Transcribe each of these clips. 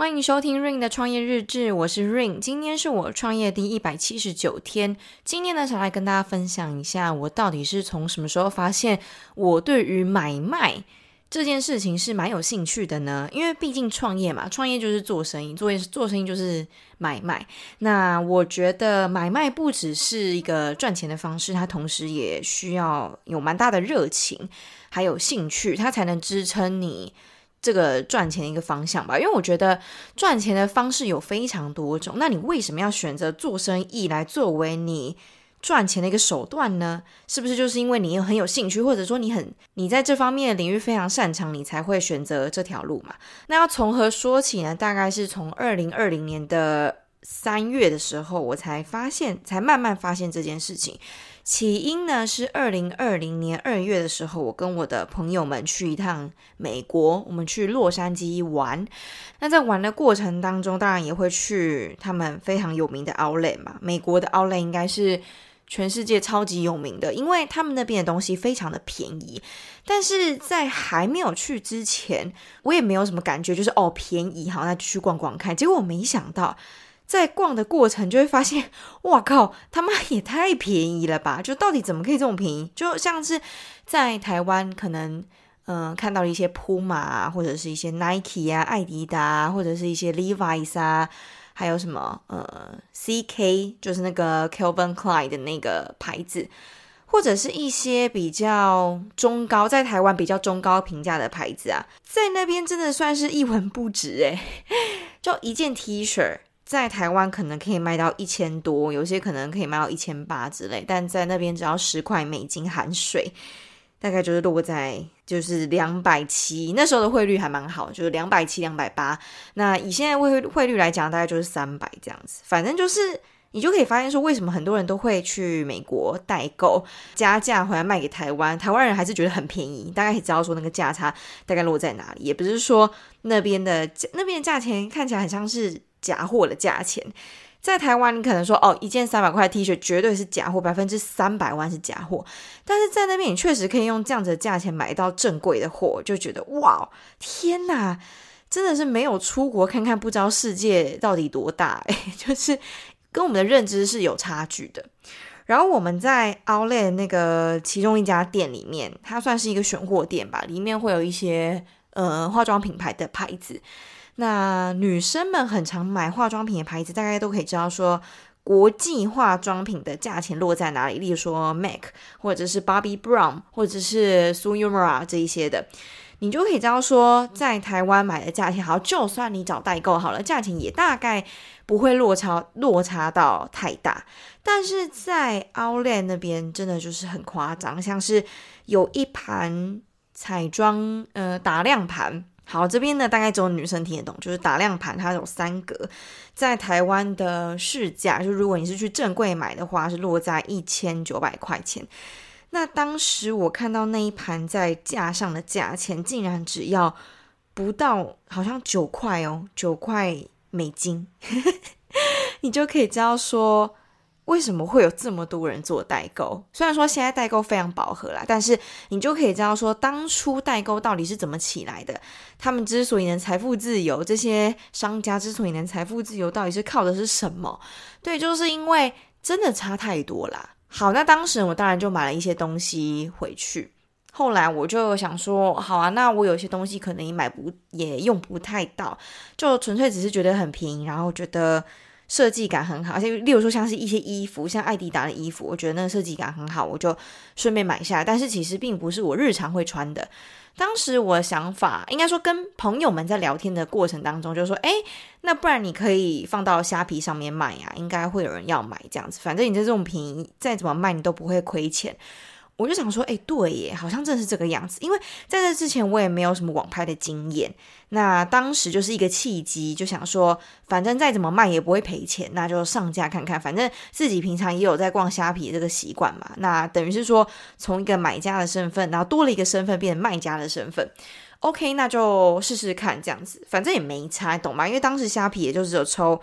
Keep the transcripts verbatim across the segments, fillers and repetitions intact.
欢迎收听 Ring 的创业日志，我是 Ring， 今天是我创业第一百七十九天。今天呢，想来跟大家分享一下，我到底是从什么时候发现我对于买卖这件事情是蛮有兴趣的呢？因为毕竟创业嘛，创业就是做生意，做做生意就是买卖。那我觉得买卖不只是一个赚钱的方式，它同时也需要有蛮大的热情，还有兴趣，它才能支撑你这个赚钱的一个方向吧。因为我觉得赚钱的方式有非常多种，那你为什么要选择做生意来作为你赚钱的一个手段呢？是不是就是因为你很有兴趣，或者说你很你在这方面的领域非常擅长，你才会选择这条路嘛？那要从何说起呢？大概是从二零二零年的三月的时候，我才发现才慢慢发现这件事情。起因呢是二零二零年二月的时候，我跟我的朋友们去一趟美国，我们去洛杉矶玩。那在玩的过程当中，当然也会去他们非常有名的 outlet 嘛。美国的 outlet 应该是全世界超级有名的，因为他们那边的东西非常的便宜。但是在还没有去之前，我也没有什么感觉，就是哦便宜，好，那就去逛逛看。结果我没想到在逛的过程就会发现，哇靠，他妈也太便宜了吧！就到底怎么可以这么便宜？就像是在台湾可能嗯、呃、看到了一些 Puma 啊，或者是一些 Nike 啊、艾迪达啊，或者是一些 Levi's 啊，还有什么呃 C K， 就是那个 Calvin Klein 的那个牌子，或者是一些比较中高，在台湾比较中高评价的牌子啊，在那边真的算是一文不值诶。就一件 T 恤在台湾可能可以卖到一千多，有些可能可以卖到一千八之类，但在那边只要十块美金含税，大概就是落在就是两百七，那时候的汇率还蛮好，就是两百七、两百八。那以现在汇汇率来讲，大概就是三百这样子。反正就是你就可以发现说，为什么很多人都会去美国代购，加价回来卖给台湾，台湾人还是觉得很便宜，大概可以知道说那个价差大概落在哪里。也不是说那边的那边的价钱看起来很像是假货的价钱，在台湾你可能说哦，一件三百块的 T 恤绝对是假货，百分之三百万是假货，但是在那边你确实可以用这样子的价钱买到正贵的货，就觉得哇，天哪，真的是没有出国看看不知道世界到底多大欸，就是跟我们的认知是有差距的。然后我们在 Outlet 那个其中一家店里面，它算是一个选货店吧，里面会有一些呃化妆品牌的牌子。那女生们很常买化妆品的牌子，大概都可以知道说国际化妆品的价钱落在哪里，例如说 M A C 或者是 Bobbi Brown 或者是 Sue Uemura 这一些的，你就可以知道说在台湾买的价钱，好，就算你找代购好了，价钱也大概不会落差落差到太大。但是在 Outlet 那边真的就是很夸张，像是有一盘彩妆呃打亮盘，好，这边呢大概只有女生听得懂，就是打亮盘它有三格，在台湾的市价，就如果你是去正柜买的话，是落在一千九百块钱。那当时我看到那一盘在架上的价钱竟然只要不到好像九块哦，九块美金你就可以知道说为什么会有这么多人做代购。虽然说现在代购非常饱和啦，但是你就可以知道说当初代购到底是怎么起来的，他们之所以能财富自由，这些商家之所以能财富自由，到底是靠的是什么？对，就是因为真的差太多啦。好，那当时我当然就买了一些东西回去，后来我就想说好啊，那我有些东西可能也买不也用不太到，就纯粹只是觉得很便宜，然后觉得设计感很好，而且例如说像是一些衣服，像艾迪达的衣服，我觉得那个设计感很好，我就顺便买下来，但是其实并不是我日常会穿的。当时我的想法应该说跟朋友们在聊天的过程当中就说，诶，那不然你可以放到虾皮上面卖啊，应该会有人要买这样子，反正你在这种便宜再怎么卖你都不会亏钱。我就想说，诶，对耶，好像真的是这个样子，因为在这之前我也没有什么网拍的经验，那当时就是一个契机，就想说反正再怎么卖也不会赔钱，那就上架看看，反正自己平常也有在逛虾皮的这个习惯嘛，那等于是说从一个买家的身份，然后多了一个身份变成卖家的身份， OK， 那就试试看这样子，反正也没差，懂吗？因为当时虾皮也就只有抽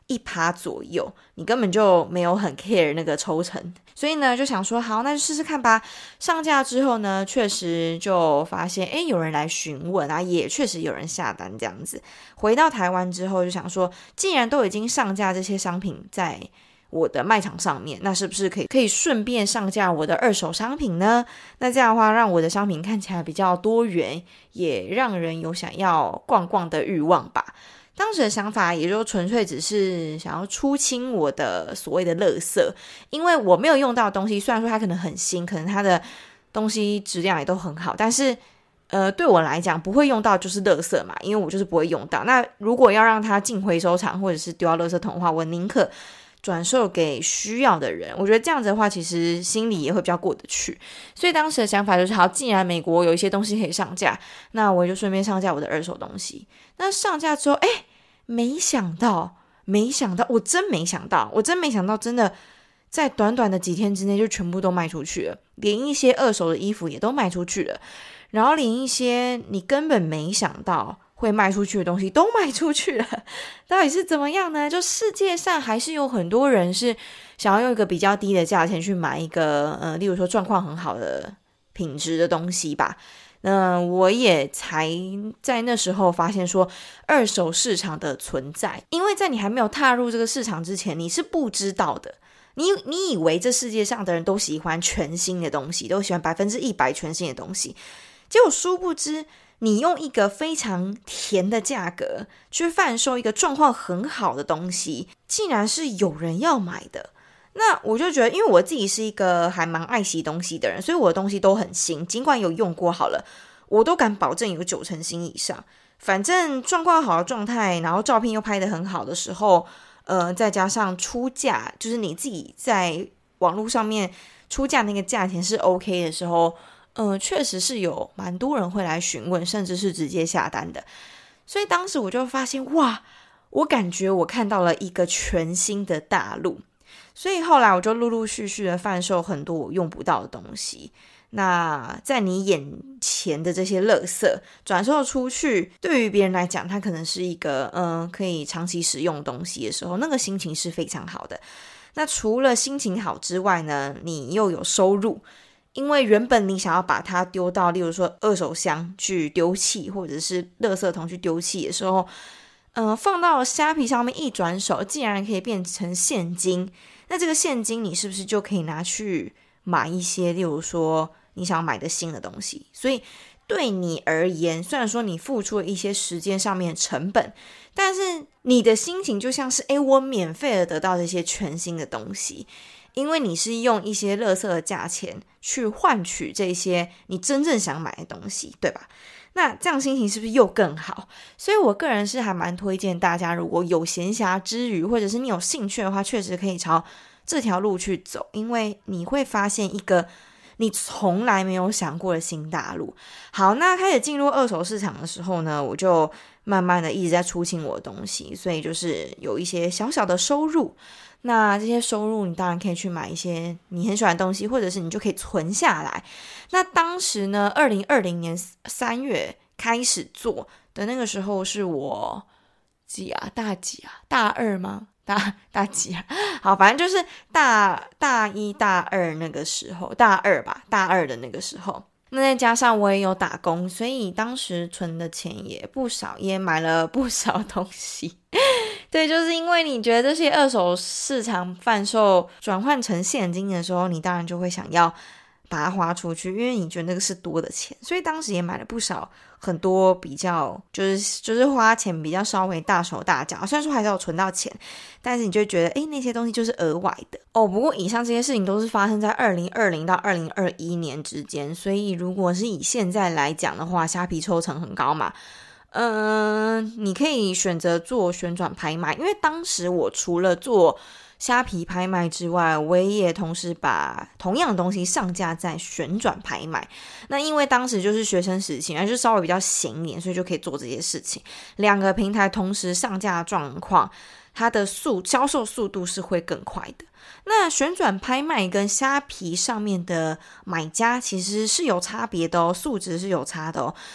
一趴左右，你根本就没有很 care 那个抽成，所以呢就想说好，那就试试看吧。上架之后呢，确实就发现诶有人来询问啊，也确实有人下单这样子。回到台湾之后就想说，既然都已经上架这些商品在我的卖场上面，那是不是可以可以顺便上架我的二手商品呢？那这样的话让我的商品看起来比较多元，也让人有想要逛逛的欲望吧。当时的想法也就纯粹只是想要出清我的所谓的垃圾，因为我没有用到的东西，虽然说它可能很新，可能它的东西质量也都很好，但是呃，对我来讲不会用到就是垃圾嘛，因为我就是不会用到。那如果要让它进回收厂或者是丢到垃圾桶的话，我宁可转售给需要的人，我觉得这样子的话其实心里也会比较过得去。所以当时的想法就是好，既然美国有一些东西可以上架，那我就顺便上架我的二手东西。那上架之后诶没想到没想到我真没想到我真没想到真的在短短的几天之内就全部都卖出去了，连一些二手的衣服也都卖出去了，然后连一些你根本没想到会卖出去的东西都卖出去了。到底是怎么样呢？就世界上还是有很多人是想要用一个比较低的价钱去买一个呃，例如说状况很好的品质的东西吧。那我也才在那时候发现说二手市场的存在，因为在你还没有踏入这个市场之前，你是不知道的。你你以为这世界上的人都喜欢全新的东西，都喜欢百分之一百全新的东西，结果殊不知你用一个非常甜的价格去贩售一个状况很好的东西，竟然是有人要买的。那我就觉得，因为我自己是一个还蛮爱惜东西的人，所以我的东西都很新，尽管有用过好了，我都敢保证有九成新以上。反正状况好的状态，然后照片又拍得很好的时候，呃，再加上出价，就是你自己在网络上面出价那个价钱是 OK 的时候，呃，确实是有蛮多人会来询问，甚至是直接下单的。所以当时我就发现，哇，我感觉我看到了一个全新的大陆。所以后来我就陆陆续续的贩售很多我用不到的东西。那在你眼前的这些垃圾转售出去，对于别人来讲，它可能是一个嗯、呃、可以长期使用的东西的时候，那个心情是非常好的。那除了心情好之外呢，你又有收入，因为原本你想要把它丢到例如说二手箱去丢弃，或者是垃圾桶去丢弃的时候，嗯、呃，放到虾皮上面一转手，竟然可以变成现金。那这个现金你是不是就可以拿去买一些例如说你想要买的新的东西？所以对你而言，虽然说你付出了一些时间上面的成本，但是你的心情就像是诶我免费的得到这些全新的东西，因为你是用一些垃圾的价钱去换取这些你真正想买的东西，对吧？那这样心情是不是又更好？所以我个人是还蛮推荐大家，如果有闲暇之余，或者是你有兴趣的话，确实可以朝这条路去走，因为你会发现一个你从来没有想过的新大陆。好，那开始进入二手市场的时候呢，我就慢慢的一直在出清我的东西，所以就是有一些小小的收入。那这些收入你当然可以去买一些你很喜欢的东西，或者是你就可以存下来。那当时呢二零二零年三月开始做的那个时候是我几啊大几啊大二吗大大几啊好，反正就是大大一大二那个时候，大二吧大二的那个时候。那再加上我也有打工，所以当时存的钱也不少，也买了不少东西。对，就是因为你觉得这些二手市场贩售转换成现金的时候，你当然就会想要把它花出去，因为你觉得那个是多的钱，所以当时也买了不少很多比较就是就是花钱比较稍微大手大脚，虽然说还是有存到钱，但是你就会觉得诶那些东西就是额外的哦。不过以上这些事情都是发生在二零二零到二零二一年之间，所以如果是以现在来讲的话，虾皮抽成很高嘛，嗯、呃，你可以选择做旋转拍卖，因为当时我除了做虾皮拍卖之外，我也同时把同样的东西上架在旋转拍卖。那因为当时就是学生时期，就稍微比较闲一点，所以就可以做这些事情。两个平台同时上架的状况，它的速销售速度是会更快的。那旋转拍卖跟虾皮上面的买家其实是有差别的哦，素质是有差的哦。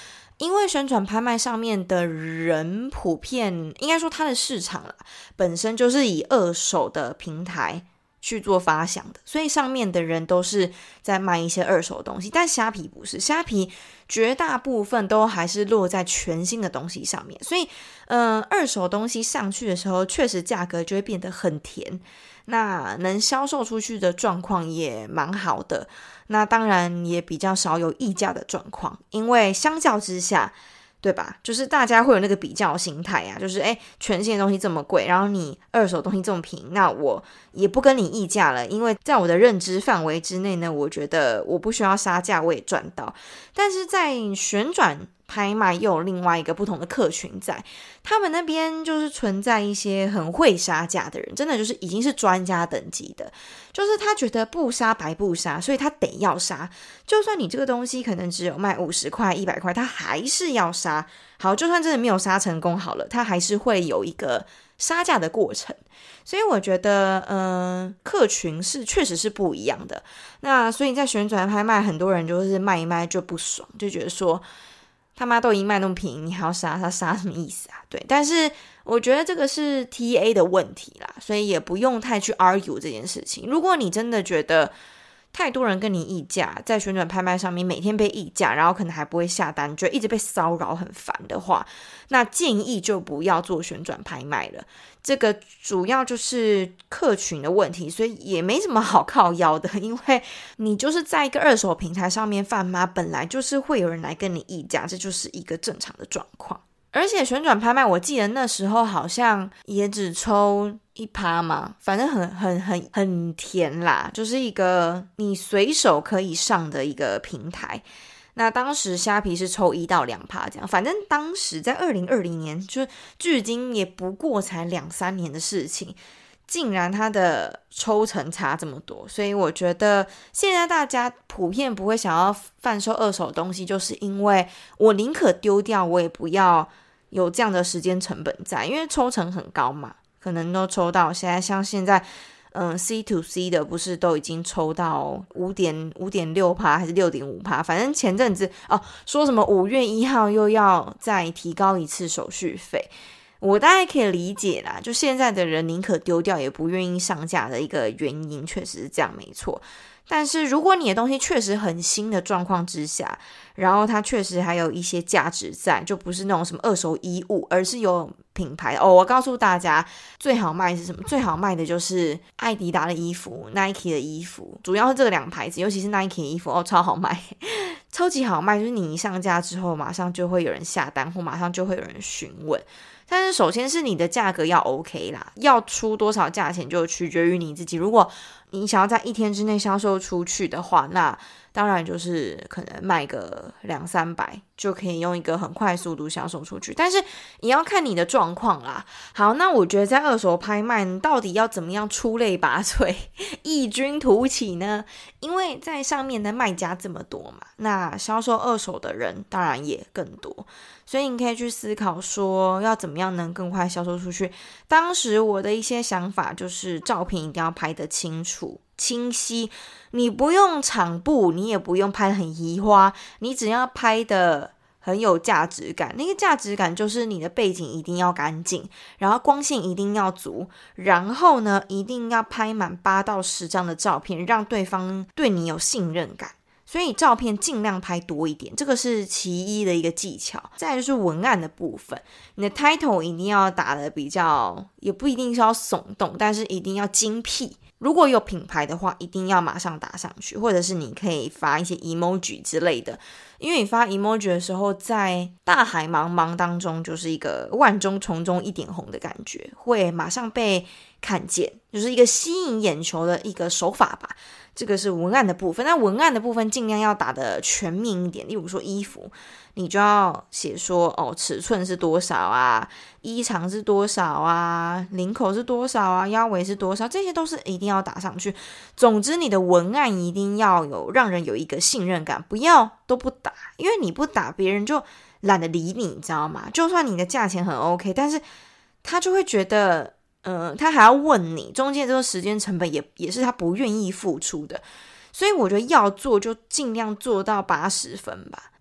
因为旋转拍卖上面的人普遍应该说它的市场啦，本身就是以二手的平台去做发想的，所以上面的人都是在卖一些二手的东西。但虾皮不是，虾皮绝大部分都还是落在全新的东西上面，所以呃，二手东西上去的时候确实价格就会变得很甜，那能销售出去的状况也蛮好的，那当然也比较少有溢价的状况，因为相较之下，对吧，就是大家会有那个比较心态啊，就是诶全新的东西这么贵，然后你二手东西这么便宜，那我也不跟你议价了，因为在我的认知范围之内呢，我觉得我不需要杀价我也赚到。但是在旋转拍卖又有另外一个不同的客群在，他们那边就是存在一些很会杀价的人，真的就是已经是专家等级的，就是他觉得不杀白不杀，所以他得要杀，就算你这个东西可能只有卖五十块一百块，他还是要杀。好，就算真的没有杀成功好了，他还是会有一个杀价的过程。所以我觉得呃，客群是确实是不一样的。那所以在旋转拍卖很多人就是卖一卖就不爽，就觉得说他妈都已经卖那么便宜，你还要杀他，杀什么意思啊？对，但是我觉得这个是 T A 的问题啦，所以也不用太去 argue 这件事情。如果你真的觉得太多人跟你议价，在旋转拍卖上面每天被议价，然后可能还不会下单，觉得一直被骚扰很烦的话，那建议就不要做旋转拍卖了。这个主要就是客群的问题，所以也没什么好靠腰的，因为你就是在一个二手平台上面贩卖，本来就是会有人来跟你议价，这就是一个正常的状况。而且旋转拍卖我记得那时候好像也只抽一趴嘛，反正很很很很甜啦，就是一个你随手可以上的一个平台。那当时虾皮是抽一到两趴这样，反正当时在二零二零年，就距今也不过才两三年的事情，竟然它的抽成差这么多，所以我觉得现在大家普遍不会想要贩售二手东西，就是因为我宁可丢掉，我也不要有这样的时间成本在，因为抽成很高嘛，可能都抽到现在像现在嗯 C to C 的不是都已经抽到 五点五点六 趴还是 六点五 趴，反正前阵子哦说什么五月一号又要再提高一次手续费，我大概可以理解啦，就现在的人宁可丢掉也不愿意上架的一个原因，确实是这样没错。但是如果你的东西确实很新的状况之下，然后它确实还有一些价值在，就不是那种什么二手衣物，而是有品牌哦。我告诉大家最好卖是什么，最好卖的就是艾迪达的衣服 Nike 的衣服，主要是这两个牌子，尤其是 Nike 的衣服哦，超好卖超级好卖，就是你一上架之后马上就会有人下单，或马上就会有人询问。但是首先是你的价格要 OK 啦，要出多少价钱就取决于你自己。如果你想要在一天之内销售出去的话，那当然就是可能卖个两三百就可以用一个很快速度销售出去，但是也要看你的状况啦。好，那我觉得在二手拍卖到底要怎么样出类拔萃异军突起呢？因为在上面的卖家这么多嘛，那销售二手的人当然也更多，所以你可以去思考说要怎么样能更快销售出去。当时我的一些想法就是照片一定要拍得清楚清晰，你不用场布，你也不用拍得很移花，你只要拍的很有价值感。那个价值感就是你的背景一定要干净，然后光线一定要足，然后呢一定要拍满八到十张的照片，让对方对你有信任感。所以照片尽量拍多一点，这个是其一的一个技巧。再来就是文案的部分，你的 title 一定要打得比较，也不一定是要耸动，但是一定要精辟。如果有品牌的话，一定要马上打上去，或者是你可以发一些 emoji 之类的，因为你发 emoji 的时候，在大海茫茫当中，就是一个万中丛中一点红的感觉，会马上被看见，就是一个吸引眼球的一个手法吧。这个是文案的部分，那文案的部分尽量要打得全面一点，例如说衣服，你就要写说哦，尺寸是多少啊，衣长是多少啊，领口是多少啊，腰围是多少，这些都是一定要打上去。总之你的文案一定要有让人有一个信任感，不要都不打，因为你不打别人就懒得理你，你知道吗？就算你的价钱很 OK， 但是他就会觉得呃，他还要问你，中间这个时间成本也也是他不愿意付出的，所以我觉得要做就尽量做到八十分吧。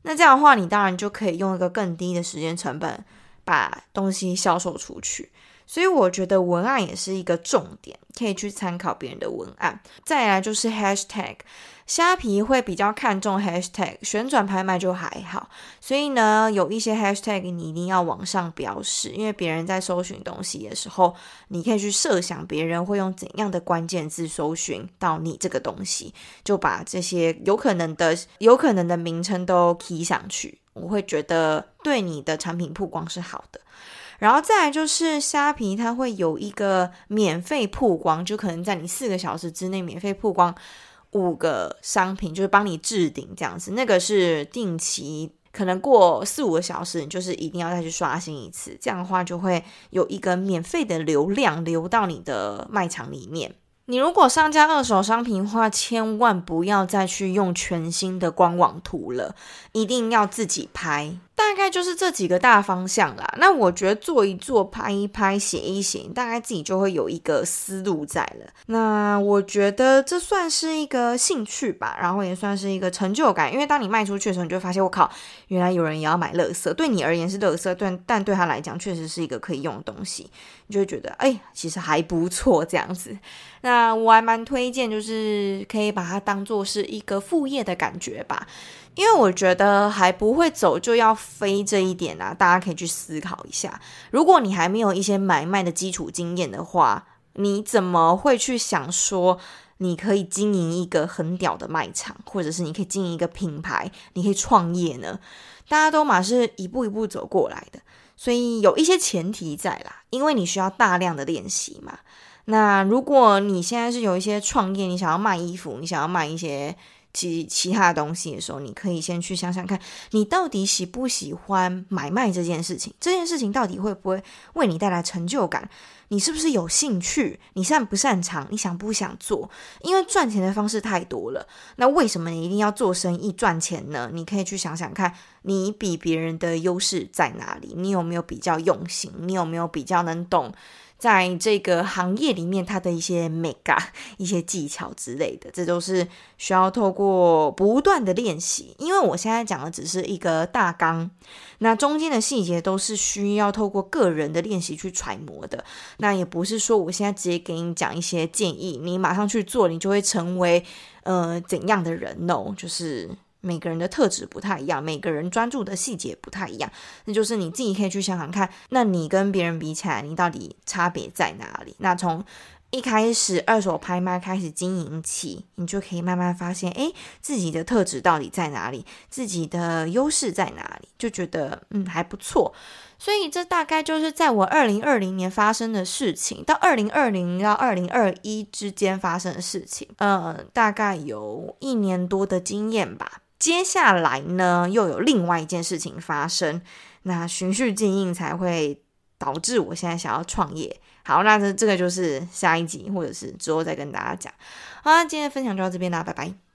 那这样的话，你当然就可以用一个更低的时间成本把东西销售出去。所以我觉得文案也是一个重点，可以去参考别人的文案。再来就是 hashtag， 虾皮会比较看重 hashtag， 旋转拍卖就还好。所以呢，有一些 hashtag 你一定要往上标示，因为别人在搜寻东西的时候，你可以去设想别人会用怎样的关键字搜寻到你这个东西，就把这些有可能的有可能的名称都 key 上去，我会觉得对你的产品曝光是好的。然后再来就是虾皮它会有一个免费曝光，就可能在你四个小时之内免费曝光五个商品，就是帮你置顶这样子，那个是定期，可能过四五个小时你就是一定要再去刷新一次，这样的话就会有一个免费的流量流到你的卖场里面。你如果上架二手商品的话，千万不要再去用全新的官网图了，一定要自己拍。大概就是这几个大方向啦。那我觉得做一做，拍一拍，写一写，大概自己就会有一个思路在了。那我觉得这算是一个兴趣吧，然后也算是一个成就感。因为当你卖出去的时候，你就会发现，我靠，原来有人也要买垃圾，对你而言是垃圾，但但对他来讲确实是一个可以用的东西，你就会觉得，哎，其实还不错这样子。那我还蛮推荐，就是可以把它当作是一个副业的感觉吧。因为我觉得还不会走就要飞这一点啊，大家可以去思考一下。如果你还没有一些买卖的基础经验的话，你怎么会去想说你可以经营一个很屌的卖场，或者是你可以经营一个品牌，你可以创业呢？大家都嘛是一步一步走过来的，所以有一些前提在啦，因为你需要大量的练习嘛。那如果你现在是有一些创业，你想要卖衣服，你想要卖一些其其他的东西的时候，你可以先去想想看，你到底喜不喜欢买卖这件事情，这件事情到底会不会为你带来成就感，你是不是有兴趣，你擅不擅长，你想不想做。因为赚钱的方式太多了，那为什么你一定要做生意赚钱呢？你可以去想想看，你比别人的优势在哪里，你有没有比较用心，你有没有比较能懂在这个行业里面它的一些 mega 一些技巧之类的，这都是需要透过不断的练习。因为我现在讲的只是一个大纲，那中间的细节都是需要透过个人的练习去揣摩的。那也不是说我现在直接给你讲一些建议，你马上去做，你就会成为呃怎样的人 no， 就是每个人的特质不太一样，每个人专注的细节不太一样，那就是你自己可以去想想看，那你跟别人比起来，你到底差别在哪里？那从一开始二手拍卖开始经营起，你就可以慢慢发现，诶，自己的特质到底在哪里，自己的优势在哪里，就觉得嗯还不错。所以这大概就是在我二零二零年发生的事情，到二零二零到二零二一之间发生的事情，呃，大概有一年多的经验吧。接下来呢，又有另外一件事情发生，那循序渐进才会导致我现在想要创业。好，那这这个就是下一集或者是之后再跟大家讲。好，今天的分享就到这边啦，拜拜。